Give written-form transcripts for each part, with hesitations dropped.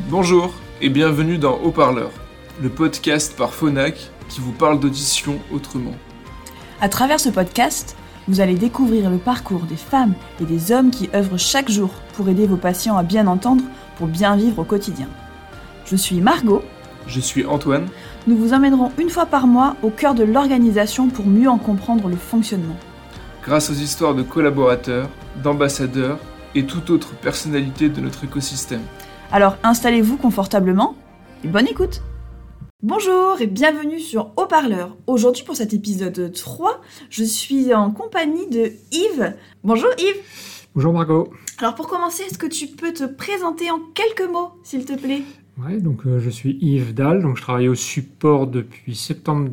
Bonjour et bienvenue dans Haut-Parleur, le podcast par Phonak qui vous parle d'audition autrement. À travers ce podcast, vous allez découvrir le parcours des femmes et des hommes qui œuvrent chaque jour pour aider vos patients à bien entendre pour bien vivre au quotidien. Je suis Margot. Je suis Antoine. Nous vous emmènerons une fois par mois au cœur de l'organisation pour mieux en comprendre le fonctionnement. Grâce aux histoires de collaborateurs, d'ambassadeurs et toute autre personnalité de notre écosystème. Alors installez-vous confortablement et bonne écoute. Bonjour et bienvenue sur Haut-Parleur. Aujourd'hui pour cet épisode 3, je suis en compagnie de Yves. Bonjour Yves. Bonjour Margot. Alors pour commencer, est-ce que tu peux te présenter en quelques mots, s'il te plaît ? Ouais, donc je suis Yves Dalle, donc je travaille au support depuis septembre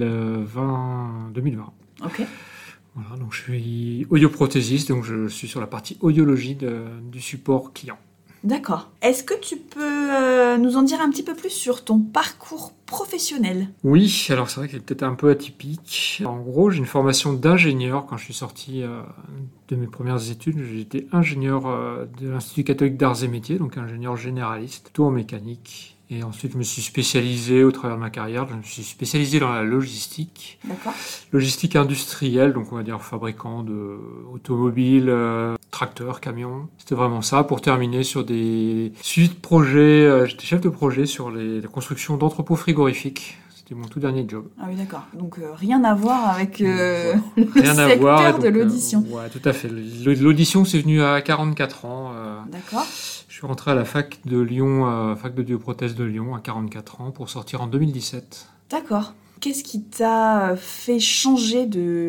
2020. Ok. Voilà, donc je suis audioprothésiste, donc je suis sur la partie audiologie du support client. D'accord. Est-ce que tu peux nous en dire un petit peu plus sur ton parcours professionnel ? Oui, alors c'est vrai que c'est peut-être un peu atypique. En gros, j'ai une formation d'ingénieur. Quand je suis sorti de mes premières études, j'étais ingénieur de l'Institut catholique d'arts et métiers, donc ingénieur généraliste, tout en mécanique. Et ensuite, je me suis spécialisé au travers de ma carrière, je me suis spécialisé dans la logistique. D'accord. Logistique industrielle, donc on va dire fabricant d'automobiles, tracteurs, camions. C'était vraiment ça, pour terminer sur des suites de projets. J'étais chef de projet sur la construction d'entrepôts frigorifiques. C'était mon tout dernier job. Ah oui, d'accord. Donc rien à voir avec le Rien à secteur voir, donc, de l'audition. Ouais, tout à fait. L'audition, c'est venu à 44 ans. D'accord. Je suis rentré à la fac de Lyon, fac d'audioprothèse de Lyon, à 44 ans, pour sortir en 2017. D'accord. Qu'est-ce qui t'a fait changer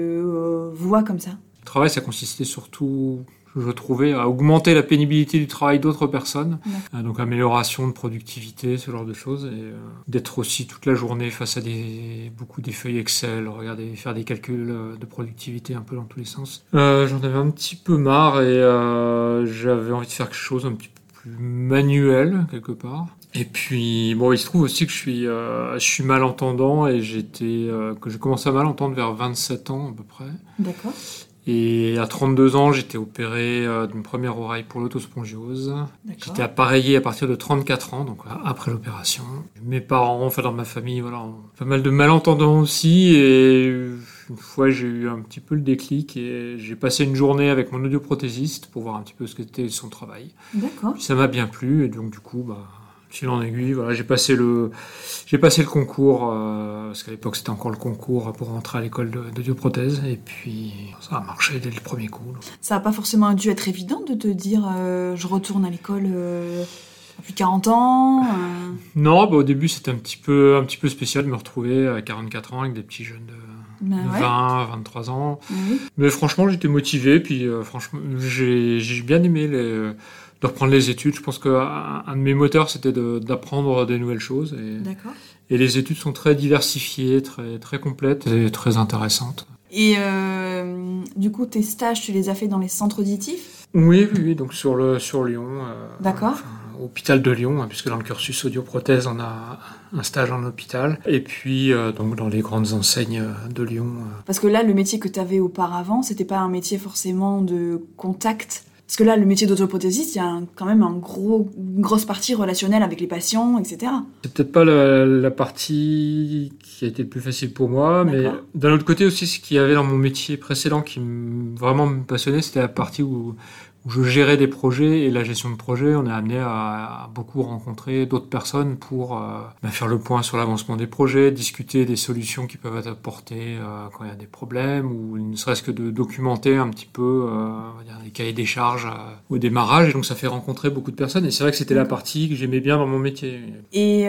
de voie comme ça ? Le travail, ça consistait surtout, je trouvais, à augmenter la pénibilité du travail d'autres personnes. Donc amélioration de productivité, ce genre de choses. Et d'être aussi toute la journée face à beaucoup des feuilles Excel, regarder, faire des calculs de productivité un peu dans tous les sens. J'en avais un petit peu marre et j'avais envie de faire quelque chose un petit peu plus manuel, quelque part. Et puis, bon, il se trouve aussi que je suis malentendant et que j'ai commencé à mal entendre vers 27 ans à peu près. D'accord. Et à 32 ans, j'étais opéré d'une première oreille pour l'autospongiose. D'accord. J'étais appareillé à partir de 34 ans, donc après l'opération. Mes parents, enfin dans ma famille, voilà, ont pas mal de malentendants aussi. Et une fois, j'ai eu un petit peu le déclic et j'ai passé une journée avec mon audioprothésiste pour voir un petit peu ce qu'était son travail. D'accord. Puis ça m'a bien plu et donc du coup, fil en aiguille, voilà, j'ai passé le concours, parce qu'à l'époque c'était encore le concours pour rentrer à l'école d'audioprothèse, et puis ça a marché dès le premier coup. Ça n'a pas forcément dû être évident de te dire je retourne à l'école depuis 40 ans Non, au début c'était un petit peu spécial de me retrouver à 44 ans avec des petits jeunes de 20, 23 ans. Oui. Mais franchement j'étais motivé, puis franchement j'ai bien aimé de reprendre les études. Je pense qu'un de mes moteurs, c'était d'apprendre des nouvelles choses. D'accord. Et les études sont très diversifiées, très, très complètes et très intéressantes. Et du coup, tes stages, tu les as fait dans les centres auditifs ? Oui, donc sur Lyon. D'accord. Hôpital de Lyon, puisque dans le cursus audioprothèse, on a un stage en hôpital. Et puis, donc dans les grandes enseignes de Lyon. Parce que là, le métier que tu avais auparavant, c'était pas un métier forcément de contact. Parce que là, le métier d'autoprothésiste, il y a quand même une grosse partie relationnelle avec les patients, etc. C'est peut-être pas la partie qui a été le plus facile pour moi, mais d'un autre côté aussi, ce qu'il y avait dans mon métier précédent qui vraiment me passionnait, c'était la partie où je gérais des projets, et la gestion de projet, on est amené à beaucoup rencontrer d'autres personnes pour faire le point sur l'avancement des projets, discuter des solutions qui peuvent être apportées quand il y a des problèmes, ou ne serait-ce que de documenter un petit peu les cahiers des charges au démarrage, et donc ça fait rencontrer beaucoup de personnes, et c'est vrai que c'était la partie que j'aimais bien dans mon métier. Et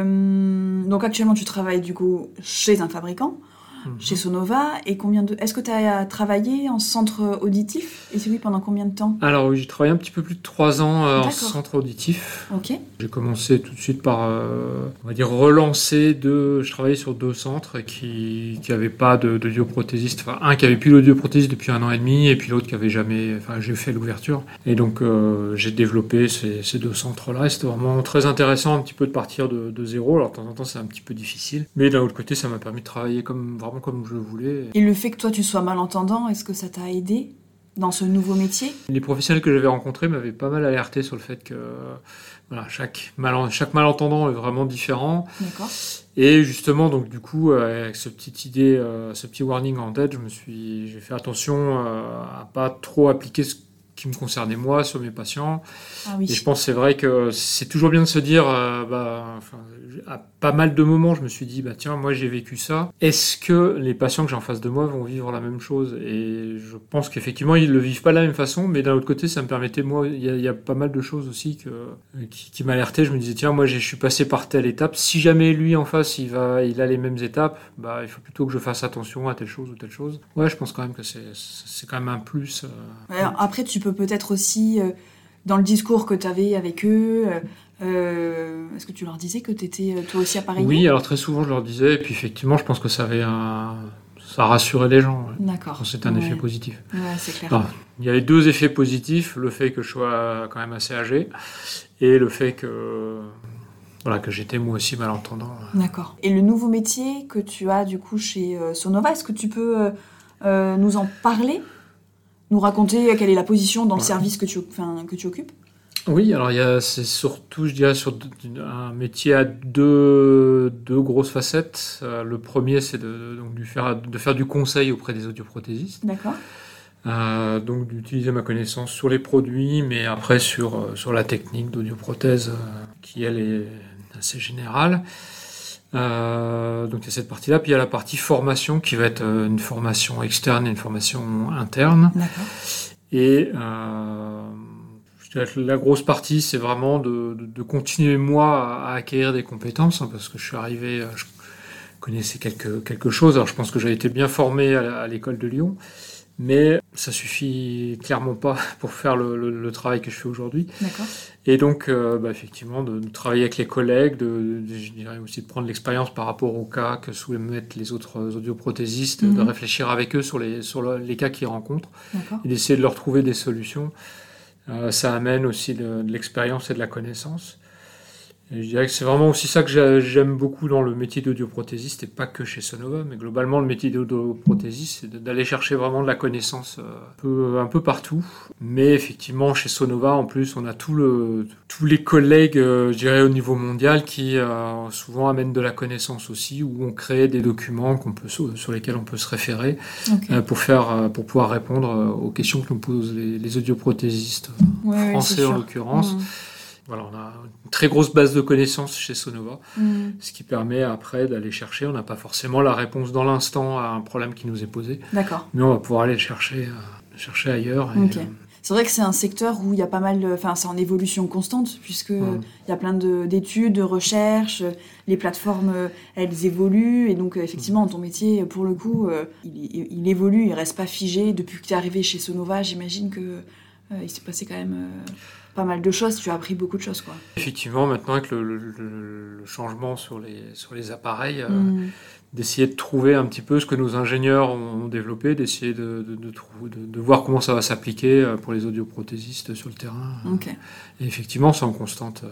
donc actuellement tu travailles du coup chez un fabricant, chez Sonova, et est-ce que tu as travaillé en centre auditif ? Et si oui, pendant combien de temps ? Alors oui, j'ai travaillé un petit peu plus de 3 ans en centre auditif. Ok. J'ai commencé tout de suite par, on va dire, relancer je travaillais sur 2 centres qui n'avaient pas d'audioprothésiste. Enfin, un qui avait plus d'audioprothésiste depuis 1 an et demi, et puis l'autre qui avait jamais, j'ai fait l'ouverture. Et donc, j'ai développé ces 2 centres-là, et c'était vraiment très intéressant un petit peu de partir de zéro. Alors, de temps en temps, c'est un petit peu difficile. Mais d'un autre côté, ça m'a permis de travailler vraiment comme je voulais. Et le fait que toi, tu sois malentendant, est-ce que ça t'a aidé dans ce nouveau métier? Les professionnels que j'avais rencontrés m'avaient pas mal alerté sur le fait que chaque malentendant est vraiment différent. D'accord. Et justement, donc du coup, avec cette petite idée, ce petit warning en tête, j'ai fait attention à pas trop appliquer ce qui me concernait moi sur mes patients. Ah oui. Et je pense que c'est vrai que c'est toujours bien de se dire, à pas mal de moments, je me suis dit, tiens, moi j'ai vécu ça. Est-ce que les patients que j'ai en face de moi vont vivre la même chose? Et je pense qu'effectivement, ils le vivent pas de la même façon, mais d'un autre côté, ça me permettait, moi, il y a pas mal de choses aussi qui m'alertaient. Je me disais, tiens, moi je suis passé par telle étape. Si jamais lui en face, il a les mêmes étapes, il faut plutôt que je fasse attention à telle chose ou telle chose. Ouais, je pense quand même que c'est quand même un plus. Alors, après, tu peux peut-être aussi, dans le discours que tu avais avec eux, est-ce que tu leur disais que tu étais toi aussi appareillé? Oui, alors très souvent je leur disais, et puis effectivement je pense que ça rassurait les gens. Ouais. D'accord. C'est un effet positif. Ouais, c'est clair. Alors, il y avait 2 effets positifs, le fait que je sois quand même assez âgé, et le fait que j'étais moi aussi malentendant. D'accord. Et le nouveau métier que tu as du coup chez Sonova, est-ce que tu peux nous en parler? Nous raconter quelle est la position dans le service que tu occupes? Oui, alors c'est surtout, je dirais, sur un métier à deux grosses facettes. Le premier, c'est de faire du conseil auprès des audioprothésistes. D'accord. Donc d'utiliser ma connaissance sur les produits, mais après sur la technique d'audioprothèse qui, elle, est assez générale. Donc il y a cette partie-là, puis il y a la partie formation qui va être une formation externe et une formation interne. D'accord. Et je dirais que la grosse partie, c'est vraiment de continuer moi à acquérir des compétences, parce que je suis arrivé, je connaissais quelque chose. Alors je pense que j'ai été bien formé à l'école de Lyon, mais ça suffit clairement pas pour faire le travail que je fais aujourd'hui. D'accord. Et donc, effectivement, de travailler avec les collègues, je dirais aussi de prendre l'expérience par rapport aux cas que soumettent les autres audioprothésistes, de réfléchir avec eux sur les cas qu'ils rencontrent, et d'essayer de leur trouver des solutions. Ça amène aussi de l'expérience et de la connaissance. Et je dirais que c'est vraiment aussi ça que j'aime beaucoup dans le métier d'audioprothésiste, et pas que chez Sonova, mais globalement le métier d'audioprothésiste, c'est d'aller chercher vraiment de la connaissance un peu partout. Mais effectivement, chez Sonova, en plus, on a tous les collègues, je dirais, au niveau mondial, qui souvent amènent de la connaissance aussi, où on crée des documents sur lesquels on peut se référer pour pouvoir répondre aux questions que nous posent les audioprothésistes français en l'occurrence. Voilà, on a une très grosse base de connaissances chez Sonova, ce qui permet après d'aller chercher. On n'a pas forcément la réponse dans l'instant à un problème qui nous est posé. D'accord. Mais on va pouvoir aller le chercher ailleurs. C'est vrai que c'est un secteur où il y a pas mal, c'est en évolution constante, puisque il y a plein d'études, de recherches, les plateformes, elles évoluent, et donc effectivement, ton métier, pour le coup, il évolue, il reste pas figé. Depuis que tu es arrivé chez Sonova, j'imagine que il s'est passé quand même pas mal de choses, tu as appris beaucoup de choses, quoi. Effectivement, maintenant avec le changement sur les appareils, d'essayer de trouver un petit peu ce que nos ingénieurs ont développé, d'essayer de voir comment ça va s'appliquer pour les audioprothésistes sur le terrain. Et effectivement, c'est en constante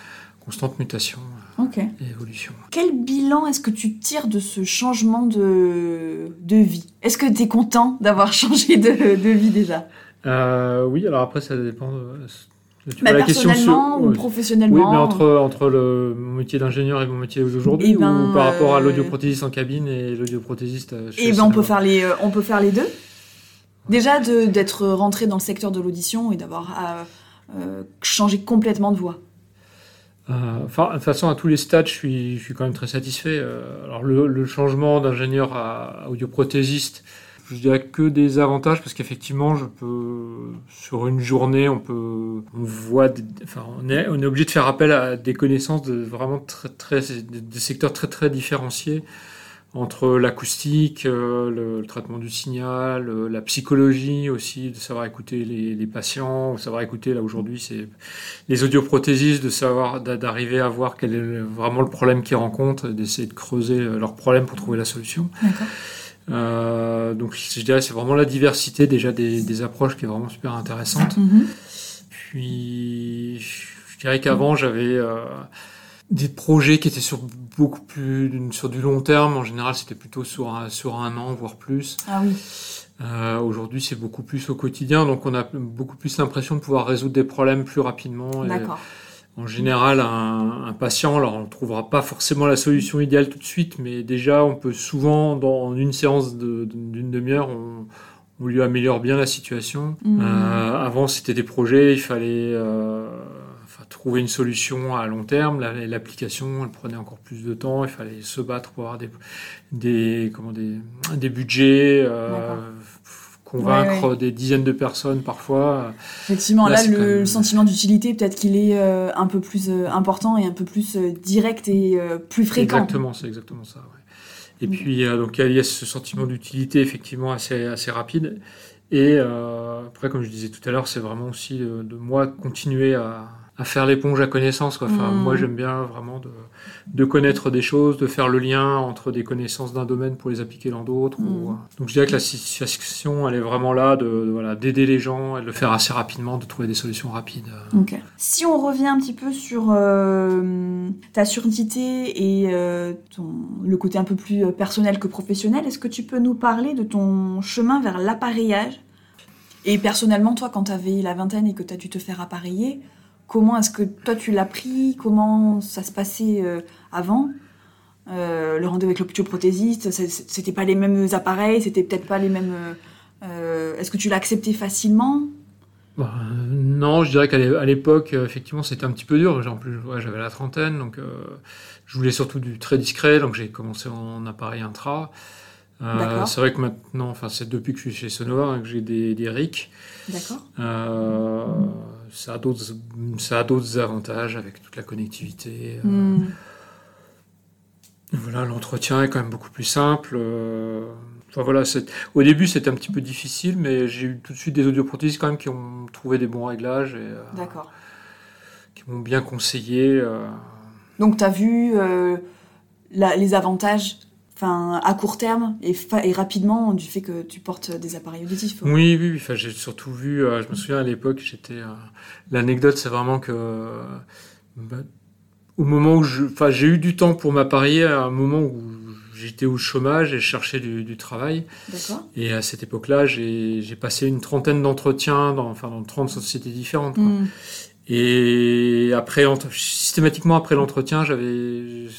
mutation et évolution. Quel bilan est-ce que tu tires de ce changement de vie? Est-ce que tu es content d'avoir changé de vie déjà? Oui, alors après ça dépend. Personnellement ou professionnellement? Oui, mais entre mon métier d'ingénieur et mon métier d'aujourd'hui, ou par rapport à l'audioprothésiste en cabine et l'audioprothésiste chez on peut faire les deux. Déjà d'être rentré dans le secteur de l'audition et d'avoir changé complètement de voix. De toute façon, à tous les stades, je suis quand même très satisfait. Alors le changement d'ingénieur à audioprothésiste, je dirais que des avantages, parce qu'effectivement, sur une journée, on est obligé de faire appel à des connaissances de vraiment des secteurs très très différenciés, entre l'acoustique, le traitement du signal, la psychologie aussi, de savoir écouter les patients, de savoir écouter, là aujourd'hui, c'est les audioprothésistes, d'arriver à voir quel est vraiment le problème qu'ils rencontrent, d'essayer de creuser leur problème pour trouver la solution. D'accord. Donc je dirais c'est vraiment la diversité déjà des approches qui est vraiment super intéressante. Puis je dirais qu'avant j'avais des projets qui étaient sur du long terme. En général, c'était plutôt sur un an, voire plus. Ah oui. Aujourd'hui, c'est beaucoup plus au quotidien, donc on a beaucoup plus l'impression de pouvoir résoudre des problèmes plus rapidement. D'accord. En général, un patient, alors on ne trouvera pas forcément la solution idéale tout de suite, mais déjà, on peut souvent, dans une séance d'une demi-heure, on lui améliore bien la situation. Avant, c'était des projets, il fallait trouver une solution à long terme. L'application, elle prenait encore plus de temps. Il fallait se battre pour avoir des budgets, convaincre des dizaines de personnes parfois. Effectivement, là le sentiment d'utilité, peut-être qu'il est un peu plus important et un peu plus direct et plus fréquent. Exactement, c'est exactement ça. Ouais. Et puis, donc, il y a ce sentiment d'utilité effectivement assez rapide. Et après, comme je disais tout à l'heure, c'est vraiment aussi de moi continuer à faire l'éponge à connaissance, quoi. Enfin, moi, j'aime bien vraiment de connaître des choses, de faire le lien entre des connaissances d'un domaine pour les appliquer dans d'autres. Donc, je dirais que la situation, elle est vraiment là d'aider les gens et de le faire assez rapidement, de trouver des solutions rapides. Okay. Si on revient un petit peu sur ta surdité et le côté un peu plus personnel que professionnel, est-ce que tu peux nous parler de ton chemin vers l'appareillage ? Et personnellement, toi, quand tu avais la vingtaine et que tu as dû te faire appareiller, comment est-ce que toi tu l'as pris ? Comment ça se passait avant ? Le rendez-vous avec l'optioprothésiste, c'était pas les mêmes appareils, c'était peut-être pas les mêmes... est-ce que tu l'as accepté facilement ? Non, je dirais qu'à l'époque, effectivement, c'était un petit peu dur. En plus, j'avais la trentaine, donc je voulais surtout du très discret, donc j'ai commencé en appareil intra. C'est vrai que maintenant, c'est depuis que je suis chez Sonova que j'ai des RIC. D'accord. Ça a d'autres avantages avec toute la connectivité. Voilà, l'entretien est quand même beaucoup plus simple. Au début, c'était un petit peu difficile, mais j'ai eu tout de suite des audioprothésistes quand même qui ont trouvé des bons réglages et qui m'ont bien conseillé. Donc, tu as vu les avantages à court terme et rapidement du fait que tu portes des appareils auditifs. Oui. J'ai surtout vu, je me souviens à l'époque, l'anecdote, c'est vraiment que au moment où j'ai eu du temps pour m'appareiller, à un moment où j'étais au chômage et je cherchais du travail. D'accord. Et à cette époque-là, j'ai passé une trentaine d'entretiens dans 30 sociétés différentes. Quoi. Et systématiquement après l'entretien, j'avais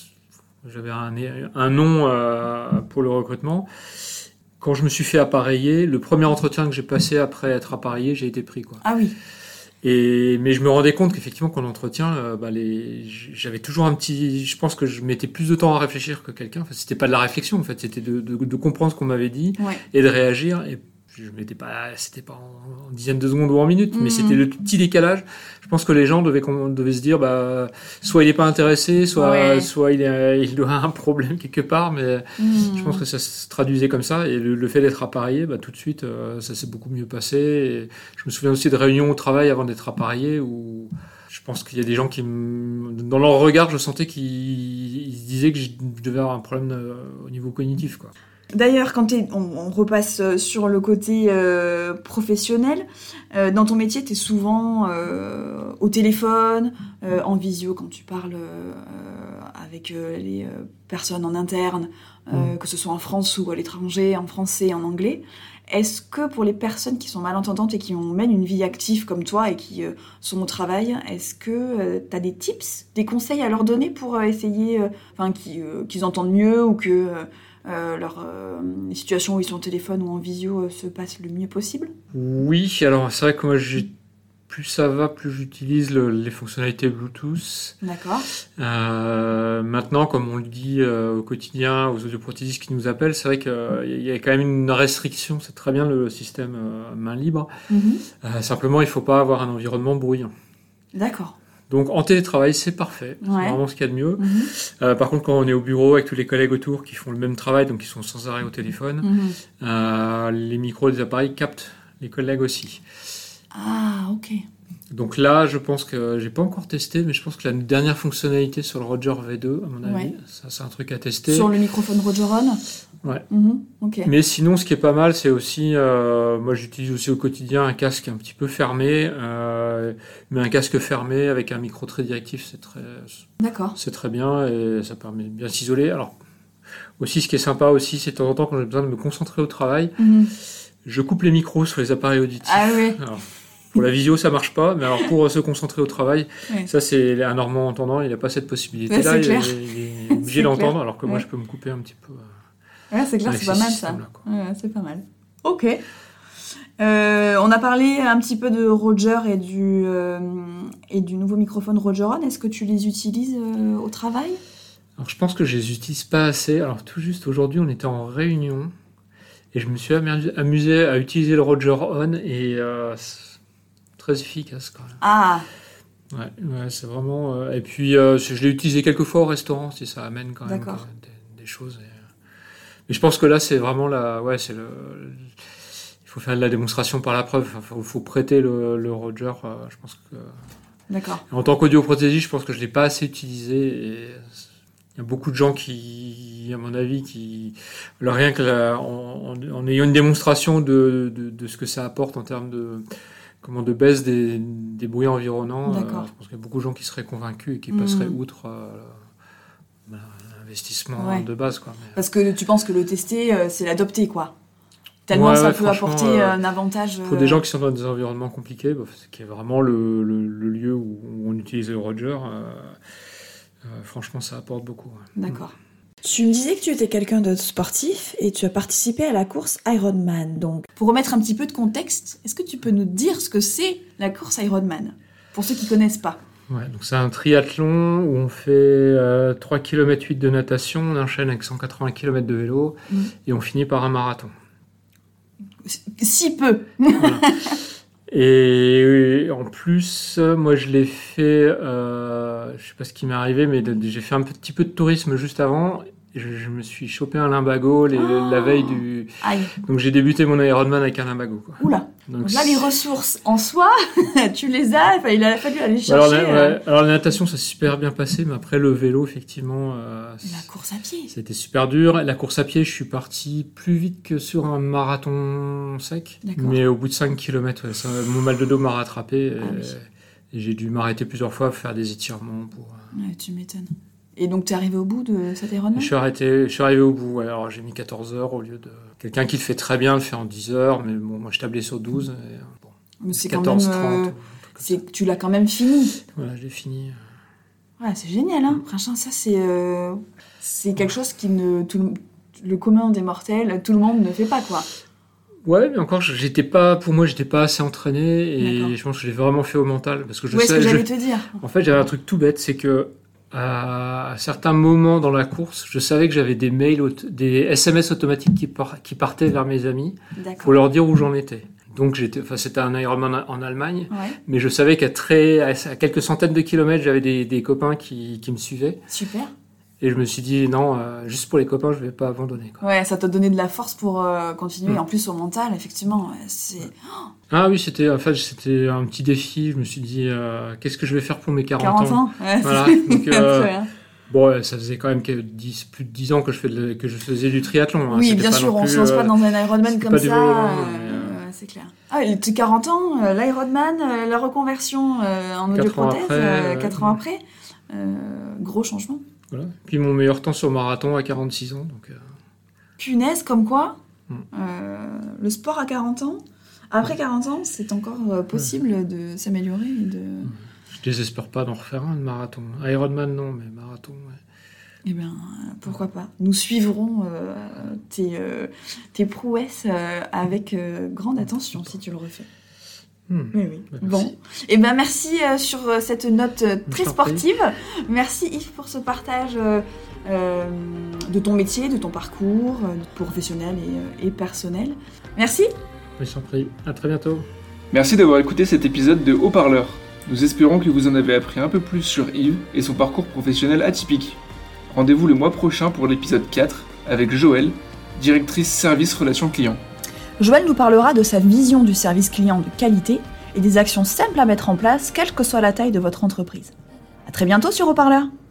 un nom pour le recrutement. Quand je me suis fait appareiller, le premier entretien que j'ai passé après être appareillé, j'ai été pris, quoi. Ah oui. Mais je me rendais compte qu'effectivement, qu'en entretien, j'avais toujours je pense que je mettais plus de temps à réfléchir que quelqu'un. Enfin, c'était pas de la réflexion, en fait, c'était de comprendre ce qu'on m'avait dit et de réagir. Et c'était pas en dizaines de secondes ou en minutes, mais c'était le petit décalage. Je pense que les gens devaient se dire, soit il est pas intéressé, soit il doit avoir un problème quelque part, mais je pense que ça se traduisait comme ça. Et le fait d'être appareillé, tout de suite, ça s'est beaucoup mieux passé. Et je me souviens aussi de réunions au travail avant d'être appareillé où je pense qu'il y a des gens dans leur regard, je sentais qu'ils se disaient que je devais avoir un problème au niveau cognitif, quoi. D'ailleurs, quand on repasse sur le côté professionnel, dans ton métier, tu es souvent au téléphone, en visio quand tu parles avec les personnes en interne, que ce soit en France ou à l'étranger, en français et en anglais. Est-ce que pour les personnes qui sont malentendantes et qui mènent une vie active comme toi et qui sont au travail, est-ce que tu as des tips, des conseils à leur donner pour essayer, qu'ils entendent mieux ou que... les situations où ils sont au téléphone ou en visio se passent le mieux possible ? Oui, alors c'est vrai que moi, plus ça va, plus j'utilise les fonctionnalités Bluetooth. D'accord. Maintenant, comme on le dit au quotidien aux audioprothésistes qui nous appellent, c'est vrai qu'il y a quand même une restriction, c'est très bien le système main libre. Simplement, il ne faut pas avoir un environnement bruyant. D'accord. Donc en télétravail, c'est parfait. C'est vraiment ce qu'il y a de mieux. Par contre, quand on est au bureau avec tous les collègues autour qui font le même travail, donc qui sont sans arrêt au téléphone, les micros des appareils captent les collègues aussi. Ah, ok. Donc là, je pense que j'ai pas encore testé, mais je pense que la dernière fonctionnalité sur le Roger V2, à mon avis, Ouais. ça c'est un truc à tester. Sur le microphone Roger On. Ouais. Ok. Mais sinon, ce qui est pas mal, c'est aussi, moi j'utilise aussi au quotidien un casque un petit peu fermé, mais un casque fermé avec un micro très directif, D'accord. c'est très bien et ça permet de bien s'isoler. Alors aussi, ce qui est sympa aussi, c'est de temps en temps quand j'ai besoin de me concentrer au travail, je coupe les micros sur les appareils auditifs. Ah oui. Alors, pour la visio, ça marche pas, mais alors pour se concentrer au travail, Ouais. ça c'est un Normand entendant, il n'a pas cette possibilité-là, Ouais, c'est clair. il est obligé C'est d'entendre, clair. alors que moi Ouais. je peux me couper un petit peu. Ouais, c'est clair, avec c'est pas ces mal ça. systèmes-là, quoi. Ouais, c'est pas mal. Ok. On a parlé un petit peu de Roger et du nouveau microphone Roger On. Est-ce que tu les utilises au travail? Alors je pense que je les utilise pas assez. Alors tout juste aujourd'hui, on était en réunion et je me suis amusé à utiliser le Roger On et c'est très efficace quand même. Ah, Ouais, c'est vraiment. Et puis je l'ai utilisé quelques fois au restaurant si ça amène quand même D'accord. des choses. Mais je pense que là, c'est vraiment il faut faire de la démonstration par la preuve. Enfin, faut prêter le Roger. Je pense que d'accord. en tant qu'audioprothésiste, je pense que je l'ai pas assez utilisé. Et il y a beaucoup de gens qui, à mon avis, alors rien que en ayant une démonstration de ce que ça apporte en termes de baisse des bruits environnants, D'accord. je pense qu'il y a beaucoup de gens qui seraient convaincus et qui passeraient outre l'investissement Ouais. de base, quoi. Mais, Parce que tu penses que le tester, c'est l'adopter, quoi. Tellement Ouais, ça ouais, peut franchement, apporter un avantage. pour des gens qui sont dans des environnements compliqués, c'est qui est vraiment le lieu où on utilise le Roger, franchement, ça apporte beaucoup. Ouais. D'accord. Tu me disais que tu étais quelqu'un de sportif et tu as participé à la course Ironman. Donc, pour remettre un petit peu de contexte, est-ce que tu peux nous dire ce que c'est la course Ironman? Pour ceux qui connaissent pas. Ouais, donc c'est un triathlon où on fait 3 km 8 de natation, on enchaîne avec 180 km de vélo et on finit par un marathon. Si peu. Voilà. Et en plus, moi je l'ai fait, je sais pas ce qui m'est arrivé, mais j'ai fait un petit peu de tourisme juste avant. Et je me suis chopé un lumbago la veille du. Aïe. Donc j'ai débuté mon Ironman avec un lumbago, quoi. Oula. Donc Donc là, les ressources en soi, tu les as. Enfin, il a fallu aller chercher. Alors la natation, ça s'est super bien passé, mais après le vélo, effectivement, La course à pied. c'était super dur. La course à pied, je suis parti plus vite que sur un marathon sec. D'accord. Mais au bout de 5 km, mon mal de dos m'a rattrapé. Ah oui. Et j'ai dû m'arrêter plusieurs fois, faire des étirements pour. Ouais, tu m'étonnes. Et donc, t'es arrivé au bout de cet Ironman? Je suis arrivé au bout. Ouais. Alors j'ai mis 14 heures au lieu de. Quelqu'un qui le fait très bien le fait en 10 heures, mais bon, moi je tablais sur 12. Et, bon, Mais c'est 14, quand même. 30. Tu l'as quand même fini. Voilà, je l'ai fini. Ouais, c'est génial, hein. Franchement, ça, c'est quelque chose qui le commun des mortels, tout le monde ne fait pas, quoi. Ouais, mais encore, j'étais pas assez entraîné et D'accord. je pense que je l'ai vraiment fait au mental parce que Ouais, ce que j'allais te dire. En fait, j'avais un truc tout bête, c'est que à certains moments dans la course, je savais que j'avais des mails, des SMS automatiques qui partaient vers mes amis D'accord. pour leur dire où j'en étais. Donc c'était un Ironman en Allemagne, Ouais, mais je savais à quelques centaines de kilomètres, j'avais des copains qui me suivaient. super. Et je me suis dit, non, juste pour les copains, je vais pas abandonner, quoi. Ouais, ça t'a donné de la force pour continuer. En plus, au mental, effectivement, c'est Ah oui, c'était un petit défi. Je me suis dit, qu'est-ce que je vais faire pour mes 40 40 ans ans. Ouais, Voilà. c'est- Donc, Très bien. bon, ouais, ça faisait quand même plus de 10 ans que je faisais du triathlon. Hein. Oui, C'était bien pas sûr, non on plus, se lance pas dans un Ironman c'était comme pas du ça. jour au lendemain, Ouais, c'est clair. Ah, et tes 40 ans, l'Ironman, la reconversion en 4 ans audioprothèse, après, 4 ans après, gros changement. Voilà. Puis mon meilleur temps sur marathon à 46 ans. Donc, Punaise, comme quoi, le sport à 40 ans, après 40 ans, c'est encore possible de s'améliorer et de... je désespère pas d'en refaire un de marathon. Ironman, non, mais marathon, ouais. Eh bien, pourquoi pas. Nous suivrons tes prouesses avec grande attention si tu le refais. Oui, oui. Bah, Bon. merci. Eh ben, merci sur cette note très t'en prie. sportive. Merci Yves pour ce partage de ton métier, de ton parcours professionnel et personnel. Merci. Je t'en prie. À très bientôt. Merci d'avoir écouté cet épisode de Haut-Parleur. Nous espérons que vous en avez appris un peu plus sur Yves et son parcours professionnel atypique. Rendez-vous le mois prochain pour l'épisode 4 avec Joëlle, directrice service relations clients. Joël nous parlera de sa vision du service client de qualité et des actions simples à mettre en place, quelle que soit la taille de votre entreprise. À très bientôt sur Haut-Parleur.